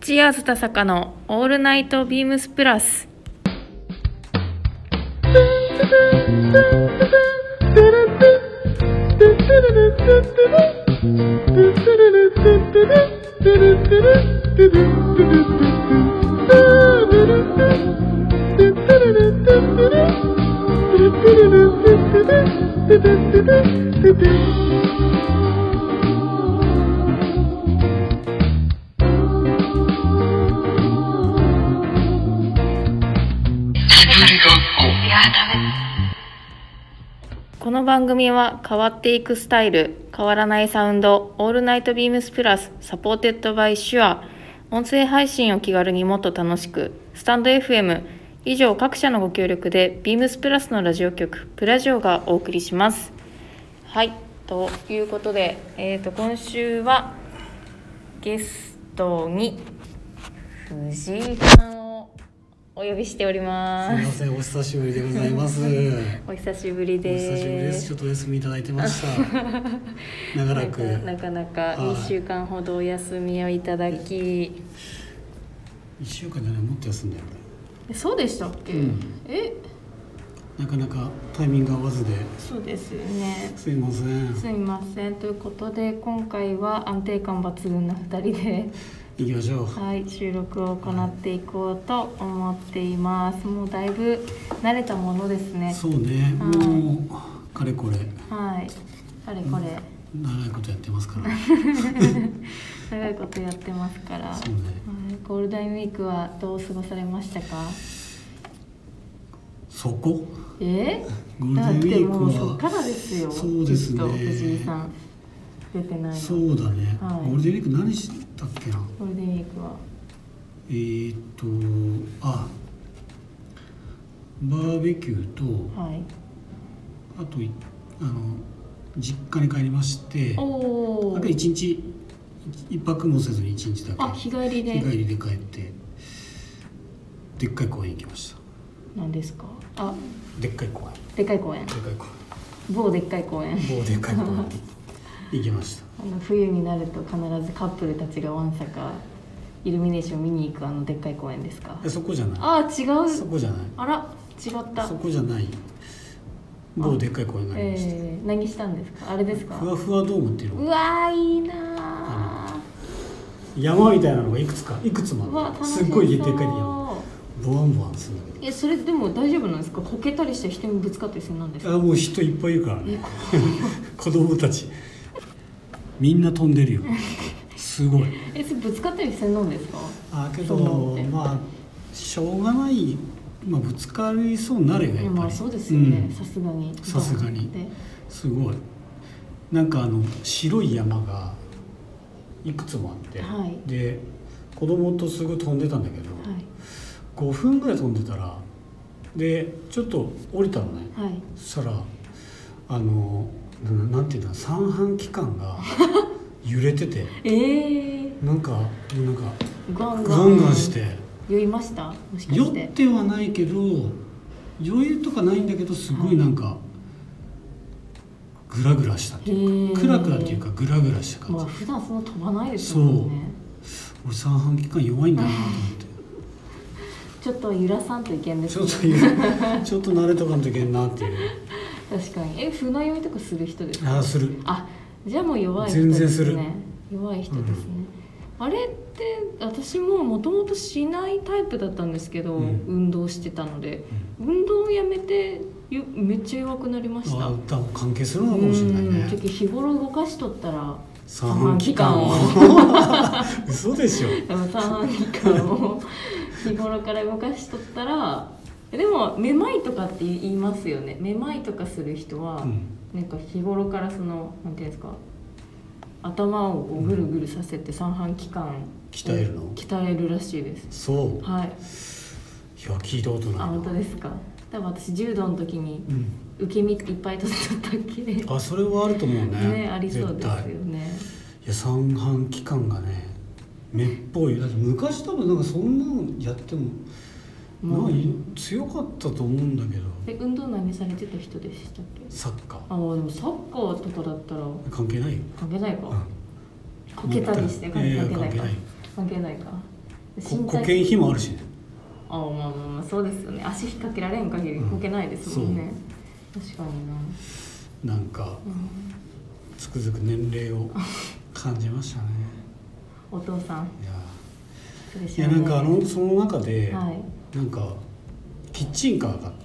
土屋田坂のオールナイトビームスプラス。この番組は変わっていくスタイル、変わらないサウンド、オールナイトビームスプラス、サポーテッドバイシュア。音声配信を気軽にもっと楽しく、スタンド FM、以上各社のご協力でビームスプラスのラジオ局、プラジオがお送りします。はい、ということで、今週はゲストに藤井さんをお呼びしております。 すみません、お久しぶりでございます。 お久しぶりです。 お久しぶりです。ちょっとお休みいただいてました長らくなかなか2週間ほどお休みをいただき、 1週間じゃない、もっと休んだよね。 そうでしたっけ、 なかなかタイミング合わずで。 そうですよね、 すいません。 すいません。ということで今回は安定感抜群な2人で行きましょう。 はい、収録を行っていこうと思っています。もうだいぶ慣れたものですね。 そうね、もうかれこれ、 はい、かれこれ長いことやってますから長いことやってますから。 そうね、 ゴールデンウィークはどう過ごされましたか？ そこ？ ゴールデンウィークはもうそっからですよ。 そうですね、 藤井さん出てないの。 そうだね、ゴールデンウィーク何したっけな。 ゴールデンウィークはバーベキューと、あと実家に帰りまして、あと1日1泊もせずに1日だけ日帰りで帰ってでっかい公園行きました。 何ですか？ でっかい公園某でっかい公園行きました。 冬になると必ずカップルたちがわんさかイルミネーション見に行くでっかい公園ですか？ そこじゃない。 違う。 そこじゃない。 あら、違った。 そこじゃない。某でっかい公園がありました。 何したんですか？あれですか？ ふわふわドームっていうの。 うわー、いいなー。山みたいなのがいくつもある。すっごいでっかい山。ボワンボワンするんだけど。 それでも大丈夫なんですか？こけたりして人にぶつかったりするんですか？ もう人いっぱいいるからね子供たちみんな飛んでるよすごい。 それぶつかったりするんですか？ けどしょうがない、ぶつかりそうになるよね、やっぱり。 そうですよね、さすがにすごい。なんか白い山がいくつもあって、で子供とすぐ飛んでたんだけど、5分ぐらい飛んでたらでちょっと降りたのね、そしたらなんていうんだ、三半規管が揺れててなんかガンガンして酔いました？もしかして。 酔ってはないけど、酔いとかないんだけど、すごいなんかグラグラしたっていうか、クラクラっていうかグラグラした感じ。 普段そんな飛ばないですもんね。 俺三半規管弱いんだなと思ってちょっと揺らさんといけんですね。 ちょっと慣れとかんといけんなっていう。 確かに。船酔いとかする人ですか？ する。 じゃあもう弱い人ですね。 全然する。 弱い人ですね。あれって私ももともとしないタイプだったんですけど、運動してたので、運動をやめてめっちゃ弱くなりました。 多分関係するのかもしれないね。 日頃動かしとったら三半規管を嘘でしょ。 でも三半規管を日頃から動かしとったら、でもめまいとかって言いますよね。めまいとかする人は、なんか日頃からなんていうんですか、頭をぐるぐるさせて三半規管を鍛えるらしいです。 そう。 いや、 聞いたことないな。 本当ですか？多分私柔道の時に受け身いっぱい取ったっけ。 それはあると思うね。 ありそうですよね。 いや、三半規管がね、めっぽい。だって昔多分なんかそんなのやっても強かったと思うんだけど。 運動何されてた人でしたっけ？ サッカー。 でもサッカーとかだったら関係ないよ。 関係ないか。こけたりして関係ないか。関係ないか。 保険費もあるしね。 まあそうですよね。足引っ掛けられん限りこけないですもんね、確かにな。なんか、つくづく年齢を感じましたね。 お父さん。 いやなんかその中で、なんかキッチンカーがあって、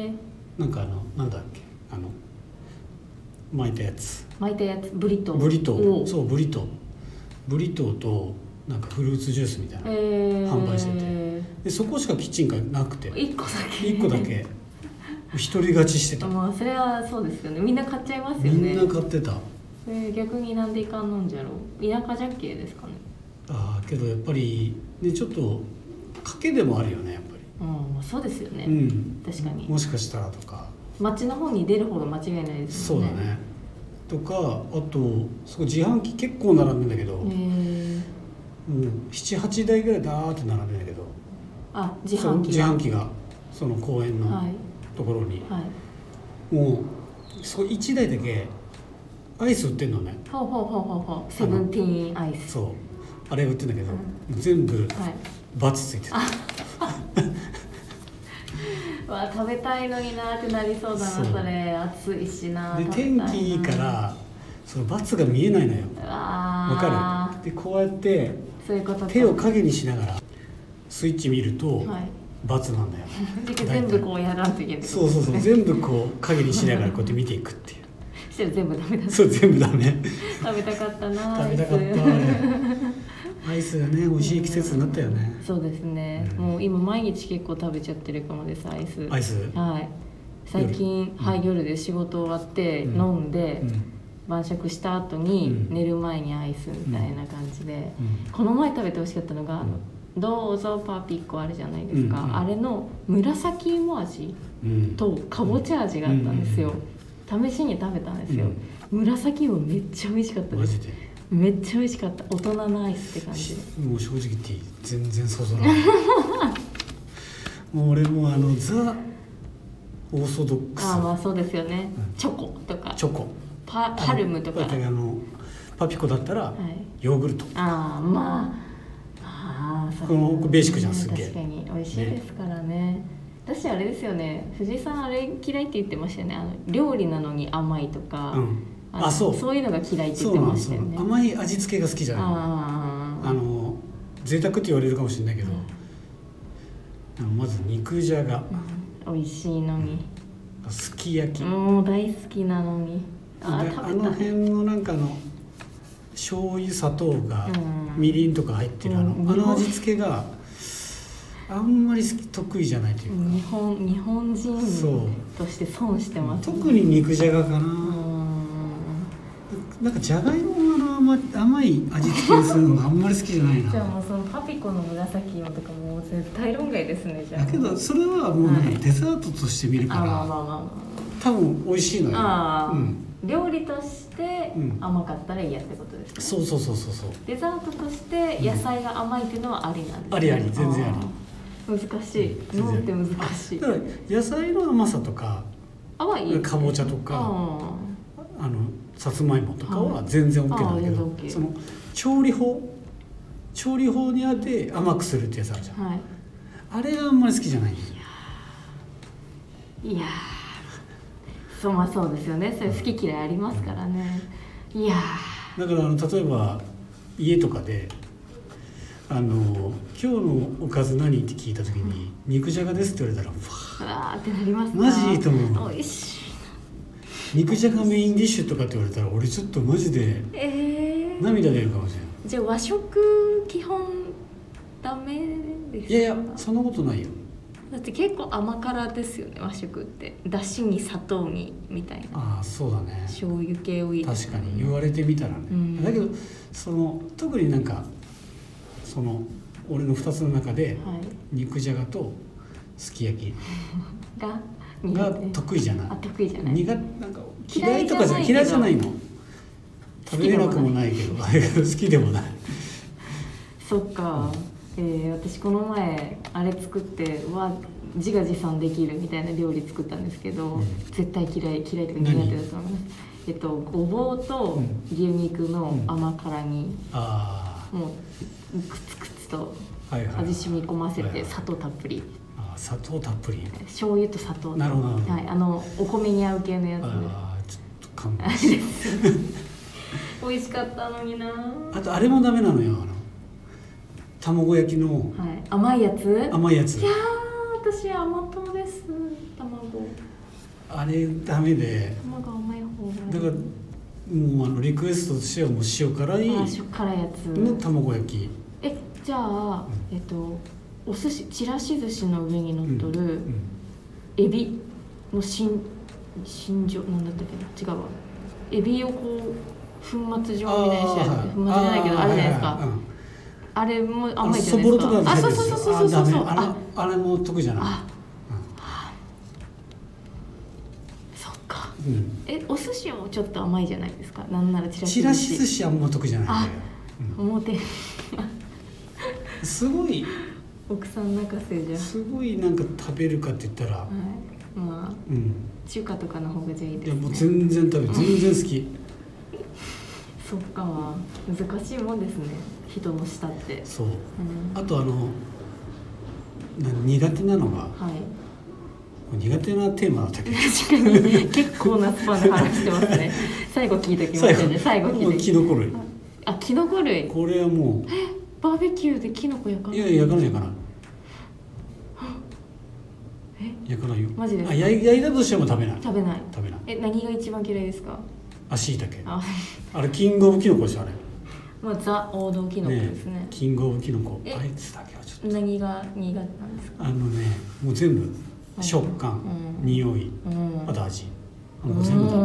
なんかなんだっけ巻いたやつブリトー。そうブリトーとなんかフルーツジュースみたいな販売してて、でそこしかキッチンカーなくて 1個だけ一人勝ちしてた。 まあそれはそうですよね。みんな買っちゃいますよね。 みんな買ってた。 逆になんでいかんのんじゃろう。田舎じゃっけですかね。 けどやっぱりね、ちょっと賭けでもあるよね、やっぱり。 そうですよね、確かに。 もしかしたらとか街の方に出る方が間違いないですよね。 そうだね。とかあとそこ自販機結構並んでんだけど、7,8 台ぐらいダーって並んでんだけど、 自販機がその公園のところに、もうそこ1台だけアイス売ってんのね。 セブンティーンアイス。 そうあれ売ってんだけど、全部バツついてた。 食べたいのになってなりそうだな。それ暑いしな。 で天気いいからそのバツが見えないのよ。わかる？でこうやって手を影にしながらスイッチ見るとバツなんだよ。 全部こうやらんといけない。 そう全部こう影にしながらこうやって見ていくっていう。 したら全部ダメだ。 そう全部ダメ。 食べたかったな。 食べたかった。アイスがね美味しい季節になったよね。 そうですね。もう今毎日結構食べちゃってるかもです。アイス。最近夜で仕事終わって飲んで晩酌した後に寝る前にアイスみたいな感じで、この前食べて美味しかったのがどうぞパピコあるじゃないですか。あれの紫芋味とかぼちゃ味があったんですよ。試しに食べたんですよ。紫芋めっちゃ美味しかったです。めっちゃ美味しかった。大人のアイスって感じ。 もう正直言っていい、全然想像ない。もう俺もザオーソドックス。 まあそうですよね。チョコとかパルムとか。 パピコだったらヨーグルト。このベーシックじゃん。すげえ。 確かに美味しいですからね。私あれですよね。藤井さんあれ嫌いって言ってましたよね。料理なのに甘いとか。そういうのが嫌いって言ってましたよね。 甘い味付けが好きじゃない。贅沢って言われるかもしれないけど、まず肉じゃが、 美味しいのに。 すき焼き。 もう大好きなのに。 辺のなんか醤油砂糖がみりんとか入ってる味付けがあんまり得意じゃないというか。 日本人として損してます、ね。 特に肉じゃがかな。なんかじゃがいもの甘い味付けにするのがあんまり好きじゃないな。 じゃあもうそのパピコの紫芋とかも絶対論外ですね。じゃあだけどそれはもうデザートとして見るから、多分美味しいのよ。 料理として甘かったら嫌ってことですね。 そうデザートとして野菜が甘いっていうのはありなんですね。 あり全然あり。難しい。脳って難しい。 だから野菜の甘さとかかぼちゃとかさつまいもとかは全然 OK なんだけど、その調理法にあって甘くするってやつあるじゃん。あれがあんまり好きじゃないんですよ。 いやそうですよね。それ好き嫌いありますからね。 だから例えば家とかで今日のおかず何って聞いた時に肉じゃがですって言われたらわーってなりますか。 マジいいと思う。 美味しい。 肉じゃがメインディッシュとかって言われたら俺ちょっとマジで涙出るかもしれない。 じゃあ和食基本ダメですか？ いやそんなことないよ。 だって結構甘辛ですよね、和食って。だしに砂糖にみたいな。 そうだね。 醤油系を入れて。確かに言われてみたらね。だけど特になんか俺の2つの中で肉じゃがとすき焼きが得意じゃない。 得意じゃない。 なんか嫌いとか嫌いじゃないの。食べれなくもないけど好きでもない。 そっか。私この前あれ作って自画自賛できるみたいな料理作ったんですけど、絶対嫌いとか苦手だと思います。ごぼうと牛肉の甘辛煮、もうクツクツと味染み込ませて、砂糖たっぷり。 砂糖たっぷり。 醤油と砂糖と。 なるほど。 はい、お米に合う系のやつで。 ちょっと勘弁して。 美味しかったのにな。 あとあれもダメなのよ。卵焼きの、 はい、甘いやつ。 甘いやつ。 いや私甘党です。卵。 あれダメで。 卵甘い方が。 だからもうリクエストとしてはもう塩辛い。 塩辛いやつ。 の卵焼き。 じゃあお寿司、ちらし寿司の上に乗っとるエビの心状なんだったっけな、違うわ。エビをこう粉末状みたいにしてやつ、粉末じゃないけどあるじゃないですか。あれも甘いじゃないですか。あ、そうあれも得意じゃない。 そっか。お寿司もちょっと甘いじゃないですか。なんならちらし寿司はもう得意じゃない。 表。 すごい。 奥さん泣かせじゃ。 すごいなんか食べるかって言ったら。 まあ中華とかの方がじゃいいですね。 いやもう全然食べる、全然好き。 そっか、難しいもんですね、人の舌って。 そう、あと苦手なのが、苦手なテーマだったけど確かに結構なスパンで話してますね。最後聞いてきましたね。最後聞いてキノコ類。 キノコ類。 これはもうバーベキューでキノコ焼かない？ いや焼かない焼かないよ。 マジですか？ 焼いたとしても食べない。 何が一番嫌いですか？ 椎茸。あれキングオブキノコですよ、あれ。 まあザ王道キノコですね。 キングオブキノコ。あいつだけはちょっと。 何が苦手なんですか？ もう全部食感、匂い、あと味。もう全部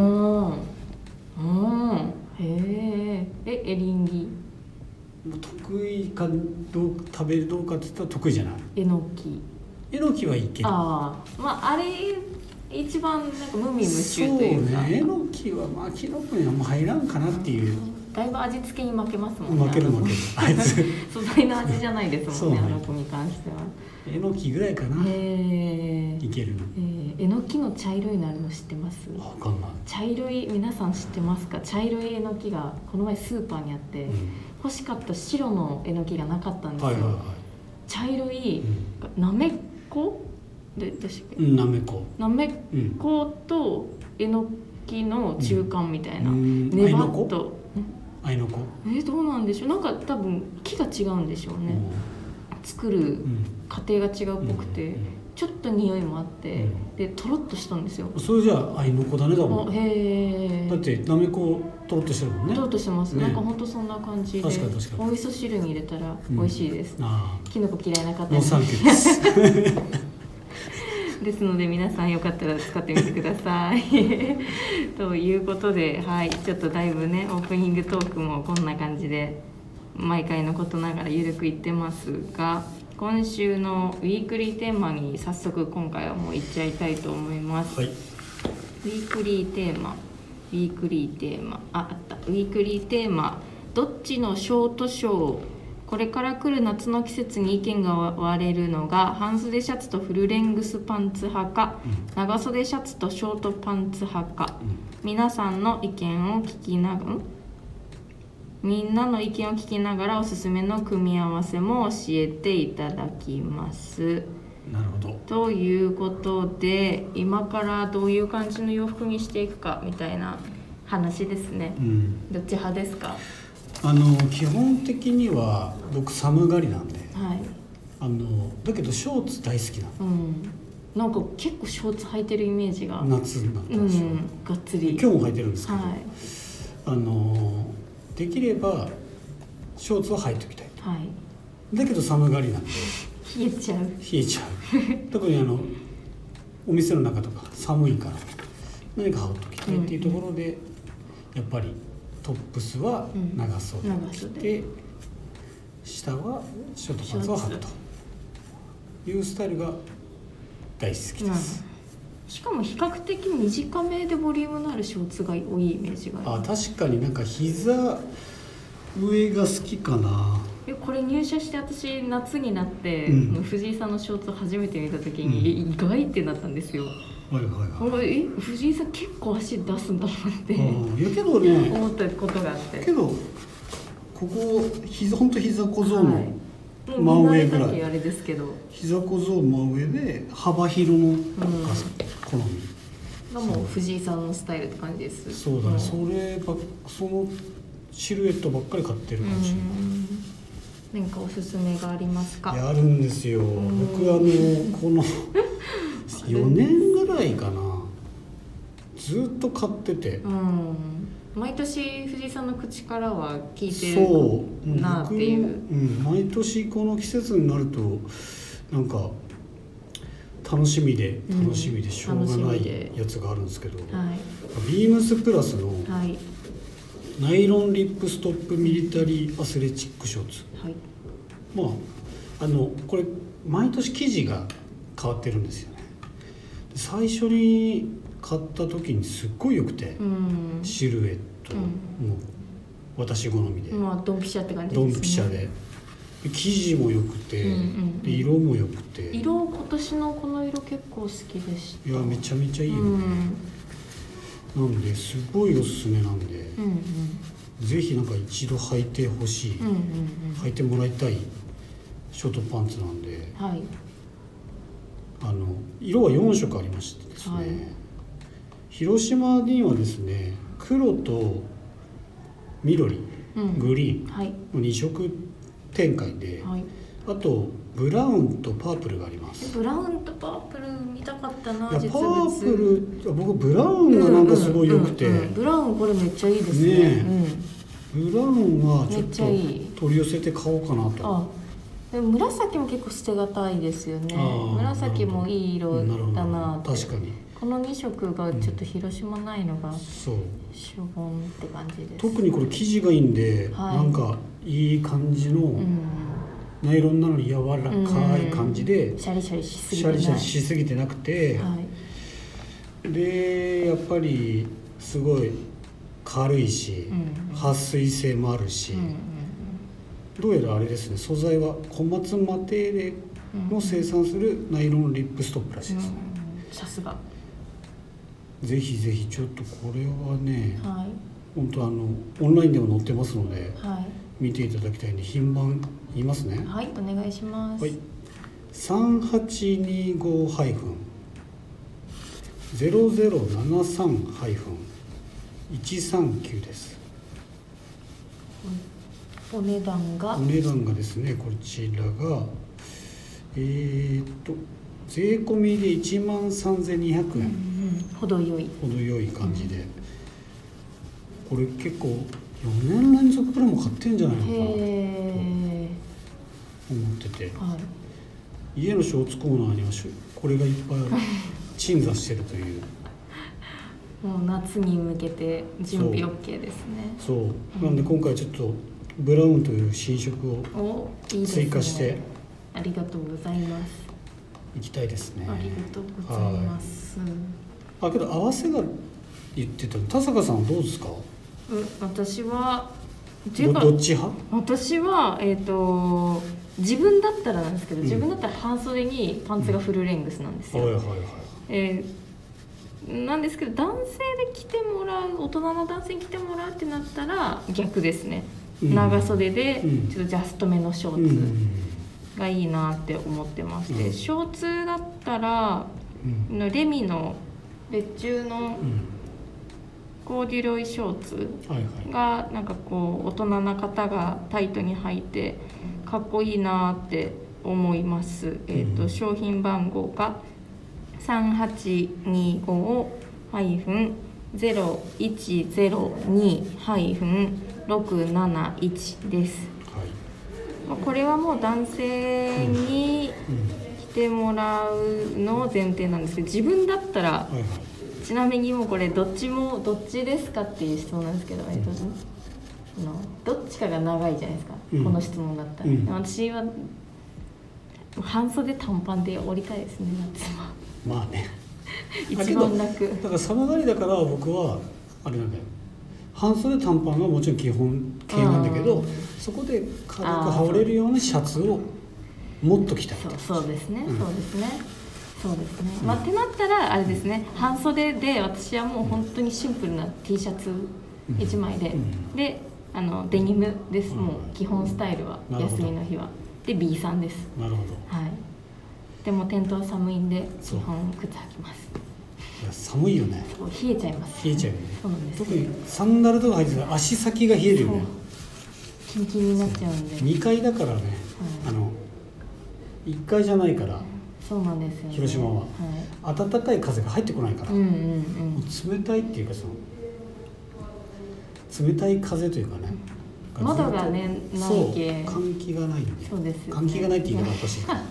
へえ。エリンギ。 得意かどう食べるどうかって言ったら得意じゃない。 えのきはいける。 まああれ一番なんか無味無臭というか。 そうね、えのきはまあキノコにはもう入らんかなっていう。 だいぶ味付けに負けますもんね。 負けるあいつ素材の味じゃないですもんね、あの子に関しては。 えのきぐらいかな。いけるの。 えのきの茶色いのあるの知ってます？ わかんない。 茶色い、皆さん知ってますか？茶色いえのきがこの前スーパーにあって、欲しかった白のえのきがなかったんですよ。茶色いなめこでどうしたっけ？なめことえのきの中間みたいな。ねばっと。 あいのこ？ どうなんでしょう。なんか多分木が違うんでしょうね。作る過程が違うっぽくて、ちょっと匂いもあって、でとろっとしたんですよ。 それじゃああいのこだね、多分。だってなめことろっとしてるもんね。 とろっとしてます。なんか本当そんな感じで。 確かに。お味噌汁に入れたら美味しいです。きのこ嫌いな方に。ノーサンキューです。 ですので皆さんよかったら使ってみてください。ということで、ちょっとだいぶねオープニングトークもこんな感じで毎回のことながらゆるくいってますが、今週のウィークリーテーマに早速今回はもういっちゃいたいと思います。ウィークリーテーマウィークリーテーマどっちのショートショー。これから来る夏の季節に意見が割れるのが半袖シャツとフルレングスパンツ派か、長袖シャツとショートパンツ派か、みんなの意見を聞きながらおすすめの組み合わせも教えていただきます。 なるほど。 ということで今からどういう感じの洋服にしていくかみたいな話ですね。どっち派ですか？ 基本的には僕寒がりなんで、だけどショーツ大好きなの。 なんか結構ショーツ履いてるイメージが夏になったでしょ。 がっつり。 今日も履いてるんですけど、できればショーツは履いておきたいと。だけど寒がりなんで冷えちゃう特にお店の中とか寒いから何か羽織っときたいっていうところで、やっぱりトップスは長袖を着て、下はショートパンツを履くというスタイルが大好きです。 しかも比較的短めでボリュームのあるショーツが多いイメージがある。 確かになんか膝上が好きかな。 これ入社して私夏になって、藤井さんのショーツを初めて見た時に、意外ってなったんですよ。藤井さん結構足出すんだなってけどね思ったことがあって。 けどここ本当膝小僧の真上ぐらい、 あれですけど、 膝小僧真上で幅広の好みがもう藤井さんのスタイルって感じです。 そうだね、そのシルエットばっかり買ってるかもしれない。 何かおすすめがありますか？ あるんですよ。僕この4年ぐらいかな、ずっと買ってて、 毎年藤井さんの口からは聞いてるなっていう、 毎年この季節になるとなんか楽しみでしょうがないやつがあるんですけど、ビームスプラスのナイロンリップストップミリタリーアスレチックショーツ、これ毎年生地が変わってるんですよね。最初に買った時にすっごい良くて、シルエット、もう私好みで、 ドンピシャって感じですね。 ドンピシャで生地も良くて、で色も良くて、 今年のこの色結構好きでした。 いやめちゃめちゃいいよね、なんですごいおすすめなんで、ぜひなんか一度履いてほしい、履いてもらいたいショートパンツなんで、色は4色ありましてですね、広島にはですね黒と緑、グリーンの2色展開で、あとブラウンとパープルがあります。 ブラウンとパープル見たかったな。 パープル、僕ブラウンがなんかすごい良くて、 ブラウンこれめっちゃいいですね。 ブラウンはちょっと取り寄せて買おうかなと。 でも紫も結構捨てがたいですよね。紫もいい色だなって。 確かにこの2色がちょっと広島ないのがしょぼんって感じです。 特にこれ生地がいいんで、なんかいい感じの、ナイロンなのに柔らかい感じで、 シャリシャリしすぎてなくて、でやっぱりすごい軽いし、撥水性もあるし、どうやらあれですね、素材は小松マテーレの生産するナイロンリップストップらしいですね。 さすが。 ぜひぜひちょっとこれはね、本当オンラインでも載ってますので、見ていただきたいんで品番言いますね。 お願いします。 3825-0073-139です。 お値段がですね、こちらが税込みで13,200円、 程よい感じで、これ結構4年連続くらいも買ってんじゃないのかなと思ってて、家のショーツコーナーにはこれがいっぱい鎮座してるというもう夏に向けて準備 OK ですね。 なんで今回ちょっとブラウンという新色を追加してありがとうございます。 いきたいですね。 ありがとうございます。 けど合わせが言ってた田坂さんはどうですか？ 私はどっち派？ 私は自分だったらなんですけど、自分だったら半袖にパンツがフルレングスなんですよ。なんですけど男性で着てもらう、大人の男性に着てもらうってなったら逆ですね。長袖でちょっとジャストめのショーツがいいなって思ってまして、ショーツだったらレミの別注のコーデュロイショーツがなんかこう大人な方がタイトに履いてかっこいいなって思います。商品番号が3825-0102-671です。これはもう男性に着てもらうのを前提なんですけど、自分だったら、ちなみにもうこれどっちですかっていう質問なんですけど、どっちかが長いじゃないですか、この質問だったら、私は半袖短パンで降りたいですね、夏は。 まあね一番楽だから寒がりだから僕はあれなんだよ、半袖短パンがもちろん基本形なんだけど、そこで軽く羽織れるようなシャツをもっと着たい。 そうですね、ってなったらあれですね、半袖で私はもう本当にシンプルな T シャツ1枚で、でデニムです、もう基本スタイルは休みの日はで B さんです。 なるほど。 はい。でもテントは寒いんで基本靴履きます。 いや寒いよね。 冷えちゃいます。 冷えちゃうよね。 そうなんです。 特にサンダルとか履いてたら足先が冷えるよね。 キンキンになっちゃうんで。 2階だからね、1階じゃないから。 そうなんですよね。 広島は、暖かい風が入ってこないから、冷たいっていうか冷たい風というかね、 窓がねないけ換気がないよね。 そうですよね。 換気がないって言い方おかしい確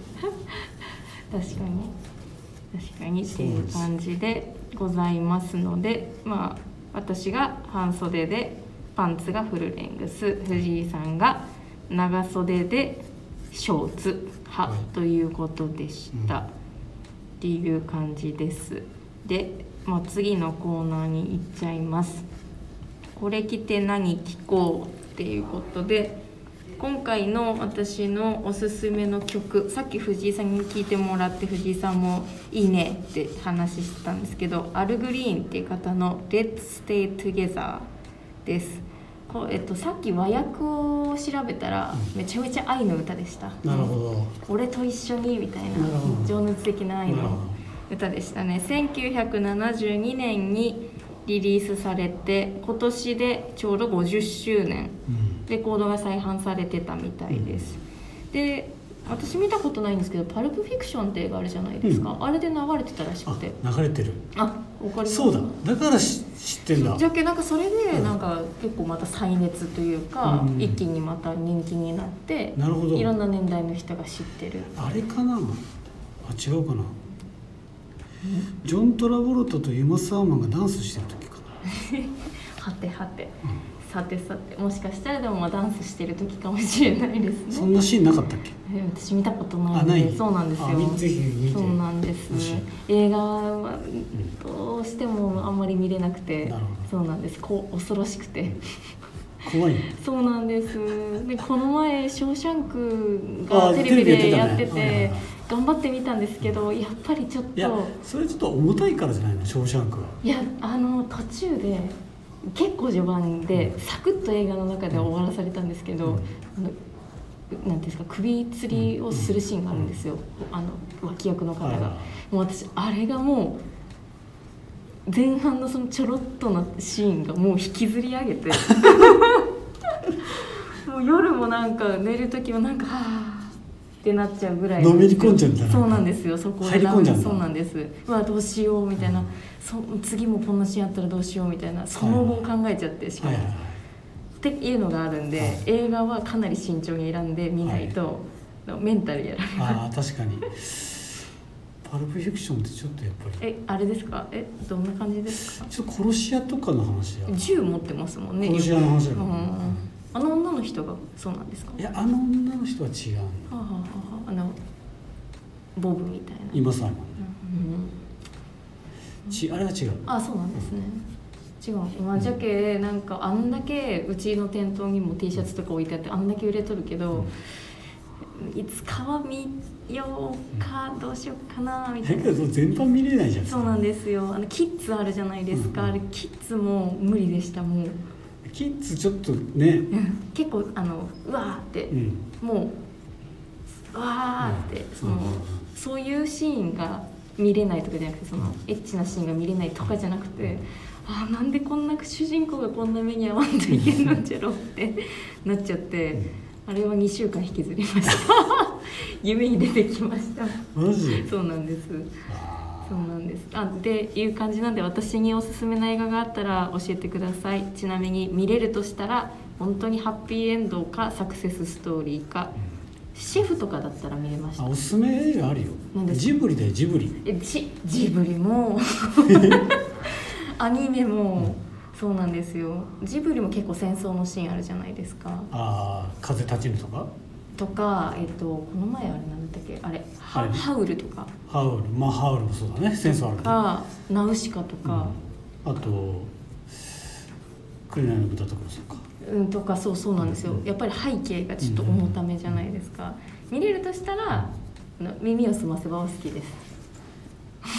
かにっていう感じでございますので、まあ私が半袖でパンツがフルレングス、藤井さんが長袖でショーツ派ということでした、っていう感じです。で、次のコーナーに行っちゃいます。これ着て何聴こうっていうことで、今回の私のおすすめの曲、さっき藤井さんに聞いてもらって藤井さんもいいねって話してたんですけど、アルグリーンっていう方の Let's Stay Together です。さっき和訳を調べたらめちゃめちゃ愛の歌でした。 なるほど。 俺と一緒にみたいな情熱的な愛の歌でしたね。1972年にリリースされて、今年でちょうど50周年、レコードが再販されてたみたいです。で、私見たことないんですけど、パルプフィクションって映画あるじゃないですか、あれで流れてたらしくて。 流れてる。 わかります。 そうだ、だから知ってんだ。 じゃけなんかそれでなんか結構また再熱というか、一気にまた人気になって、 なるほど、 いろんな年代の人が知ってる。 あれかな、違うかな、ジョン・トラボルトとユマ・サーマンがダンスしてる時かなはて、さてもしかしたらでもダンスしてる時かもしれないですね。 そんなシーンなかったっけ？ 私見たことないので。そうなんですよ。 ぜひ見て。 そうなんです。映画はどうしてもあんまり見れなくて、そうなんです。恐ろしくて怖い。 そうなんです。で、この前ショーシャンクがテレビでやってて頑張ってみたんですけど、やっぱりちょっと、いや、 それちょっと重たいからじゃないの、ショーシャンクは。いや、 途中で結構序盤でサクッと映画の中で終わらされたんですけど、なんていうんですか、首吊りをするシーンがあるんですよ、脇役の方が。もう私あれがもう前半のそのちょろっとなシーンがもう引きずり上げてもう夜もなんか寝る時はなんかはぁってなっちゃうぐらい。 のめり込んじゃうんだ。 そうなんですよ。そこで入り込んじゃうんだ。 そうなんです。うわどうしようみたいな、次もこんなシーンあったらどうしようみたいな、その後考えちゃって、しかも、っていうのがあるんで、映画はかなり慎重に選んで見ないと、メンタルやられます。 確かにパルプフィクションってちょっとやっぱりあれですか？どんな感じですか？ ちょっと殺し屋とかの話や。 銃持ってますもんね。 殺し屋の話だよ。 あの女の人がそうなんですか？ いや、あの女の人は違う。 ボブみたいな。 今さ、あれは違う。 そうなんですね。違う。じゃけなんかあんだけうちの店頭にも T シャツとか置いてあって、あんだけ売れとるけど、いつかは見ようかどうしようかなみたいな。 だけど全般見れないじゃん。 そうなんですよ。キッズあるじゃないですか。あれキッズも無理でした。もうキッズちょっとね、 結構うわーって、もううわーって、そういうシーンが見れないとかじゃなくて、そのエッチなシーンが見れないとかじゃなくて、なんでこんな主人公がこんな目に遭わんといけんのじゃろってなっちゃって、あれは2週間引きずりました夢に出てきました。 マジ？ そうなんです。そうなんです。っていう感じなんで、私におすすめな映画があったら教えてください。ちなみに見れるとしたら本当にハッピーエンドかサクセスストーリーか、シェフとかだったら見れました。 おすすめ映画あるよ。ジブリだよ、ジブリ。 ジブリもアニメもそうなんですよ。ジブリも結構戦争のシーンあるじゃないですか。 風立ちぬとかこの前あれなんだっけ、ハウルとか。 ハウルもそうだね、戦争あるね。 ナウシカとか、 あと紅の豚とかもそうか。 とかそうなんですよ。やっぱり背景がちょっと重ためじゃないですか。見れるとしたら耳をすませばは好きです。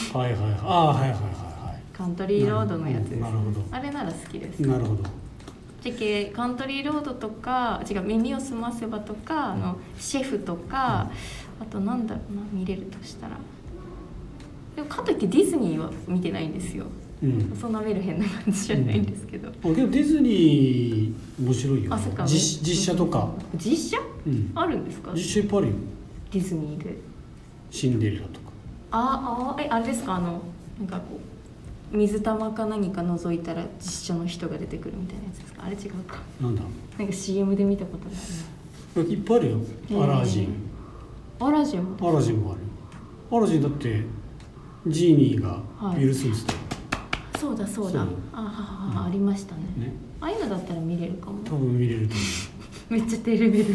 はい。 カントリーロードのやつです。 なるほど。 あれなら好きです。 なるほど。 じゃけカントリーロードとか耳をすませばとかシェフとか、あとなんだろうな、見れるとしたら、でもかといってディズニーは見てないんですよ。そんなメルヘンな感じじゃないんですけど、 けどディズニー面白いよ。実写とか。 実写、あるんですか？ 実写いっぱいあるよ。 ディズニーでシンデレラとか。 あれですか、なんかこう水玉か何か覗いたら実写の人が出てくるみたいなやつですか？あれ違うか。なんか CM で見たことない。 いっぱいあるよ。アラジンもある。アラジンだってジーニーがウィル・スミスだよ。 そうだありましたね。ああいうのだったら見れるかも。 多分見れると思う。めっちゃ低レベル。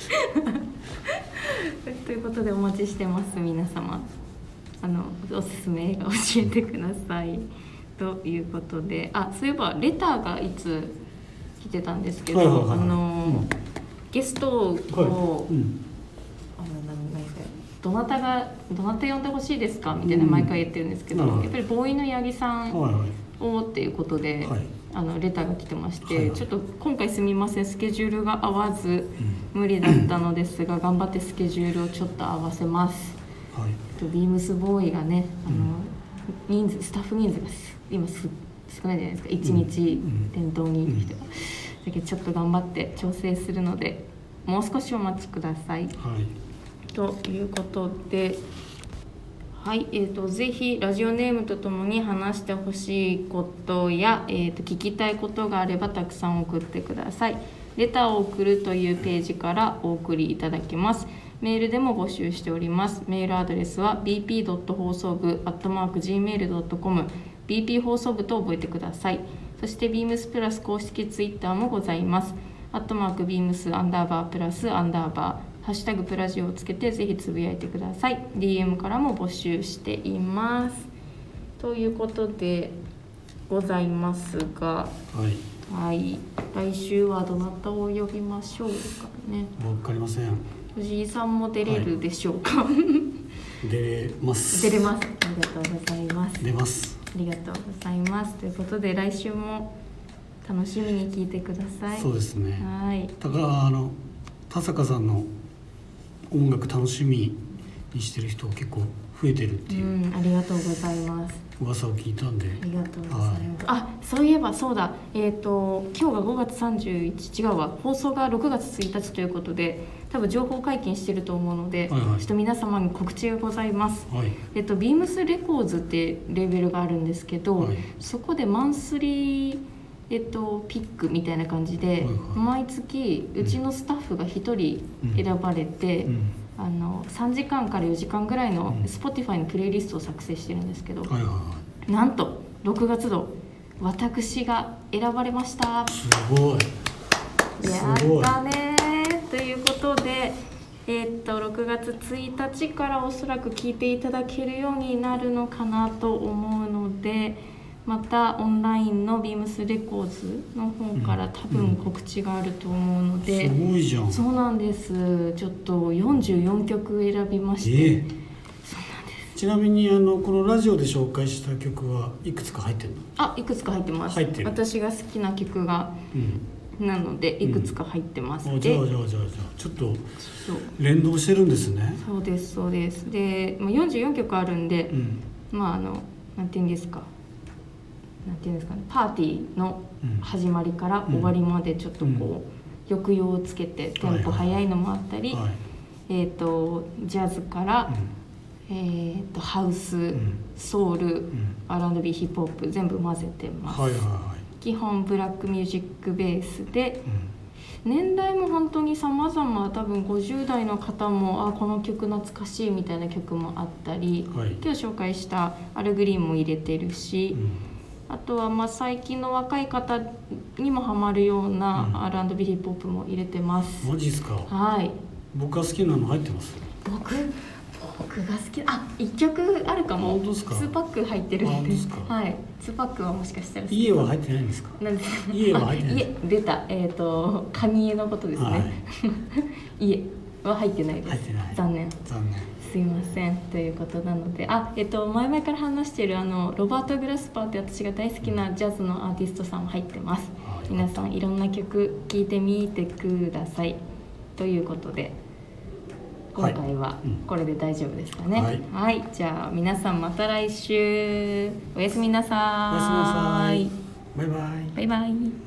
ということでお待ちしてます、皆様。おすすめ映画教えてください。ということで、そういえばレターがいつ来てたんですけど、ゲストを、どなた呼んでほしいですかみたいな毎回言ってるんですけど、やっぱりボーイの八木さんをっていうことで、レターが来てまして、ちょっと今回すみません、スケジュールが合わず無理だったのですが、頑張ってスケジュールをちょっと合わせます。ビームスボーイがね、スタッフ人数が今少ないじゃないですか、1日店頭にいる人が。だけどちょっと頑張って調整するので、もう少しお待ちください。ということで、ぜひラジオネームとともに話してほしいことや、聞きたいことがあればたくさん送ってください。レターを送るというページからお送りいただけます。メールでも募集しております。メールアドレスは bp. 放送部 @gmail.com、 bp 放送部と覚えてください。そして beams プラス公式ツイッターもございます。@beams_+_ハッシュタグプラジオをつけてぜひつぶやいてください。 DM からも募集しています。ということでございますが、来週はどなたを呼びましょうかね。 わかりません。 藤井さんも出れるでしょうか？ 出ます。 ありがとうございます。 出ます。 ありがとうございます。ということで来週も楽しみに聞いてください。 そうですね。だから田坂さんの音楽楽しみにしてる人結構増えてるっていう、 ありがとうございます。 噂を聞いたんで。 ありがとうございます。そういえばそうだ、今日が5月31、違うわ、放送が6月1日ということで多分情報解禁してると思うので、ちょっと皆様に告知がございます。ビームスレコーズってレーベルがあるんですけど、そこでマンスリーピックみたいな感じで、毎月うちのスタッフが1人選ばれて、3時間から4時間ぐらいの Spotify のプレイリストを作成してるんですけど、なんと6月度私が選ばれました。 すごい。 やったね。ということで、6月1日からおそらく聞いていただけるようになるのかなと思うので、またオンラインのビームスレコーズの方から多分告知があると思うので、 すごいじゃん。 そうなんです。ちょっと44曲選びまして、そうなんです。 ちなみにこのラジオで紹介した曲はいくつか入ってるの？ いくつか入ってます。私が好きな曲が、なのでいくつか入ってます。 じゃあちょっと連動してるんですね。 そうですで、44曲あるんで、なんていうんですかね、パーティーの始まりから終わりまでちょっとこう抑揚をつけてテンポ速いのもあったり、ジャズから、ハウス、ソウル、R&B、ヒップホップ全部混ぜてます。基本ブラックミュージックベースで、年代も本当に様々、多分50代の方もこの曲懐かしいみたいな曲もあったり、今日紹介したアルグリーンも入れてるし、あとは最近の若い方にもハマるような R&B ヒップホップも入れてます。 マジですか？僕が好きなの入ってます。僕が好き1曲あるかも。2パック入ってるんで。2パックはもしかしたら家は入ってないんですか？家は入ってない。 家出たカニエのことですね。家は入ってないです。 入ってない。 残念。すいませんということなので、前々から話しているロバート・グラスパーって私が大好きなジャズのアーティストさんも入ってます。皆さんいろんな曲聴いてみてくださいということで、今回はこれで大丈夫ですかね。はい、じゃあ皆さんまた来週。おやすみなさい。 おやすみなさい。バイバイ。 バイバイ。